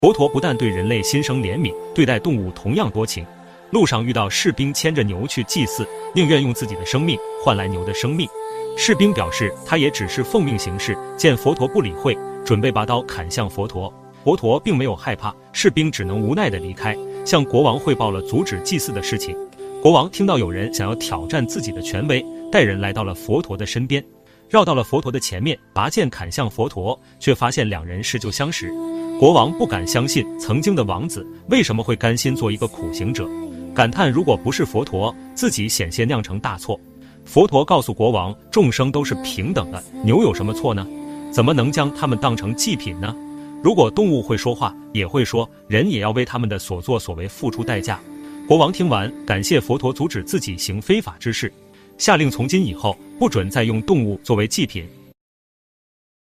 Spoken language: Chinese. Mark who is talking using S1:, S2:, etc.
S1: 佛陀不但对人类心生怜悯，对待动物同样多情。路上遇到士兵牵着牛去祭祀，宁愿用自己的生命换来牛的生命。士兵表示他也只是奉命行事，见佛陀不理会，准备拔刀砍向佛陀。佛陀并没有害怕，士兵只能无奈地离开，向国王汇报了阻止祭祀的事情。国王听到有人想要挑战自己的权威，带人来到了佛陀的身边，绕到了佛陀的前面，拔剑砍向佛陀，却发现两人是旧相识。国王不敢相信曾经的王子为什么会甘心做一个苦行者，感叹如果不是佛陀，自己险些酿成大错。佛陀告诉国王，众生都是平等的，牛有什么错呢？怎么能将它们当成祭品呢？如果动物会说话，也会说，人也要为他们的所作所为付出代价。国王听完，感谢佛陀阻止自己行非法之事，下令从今以后不准再用动物作为祭品。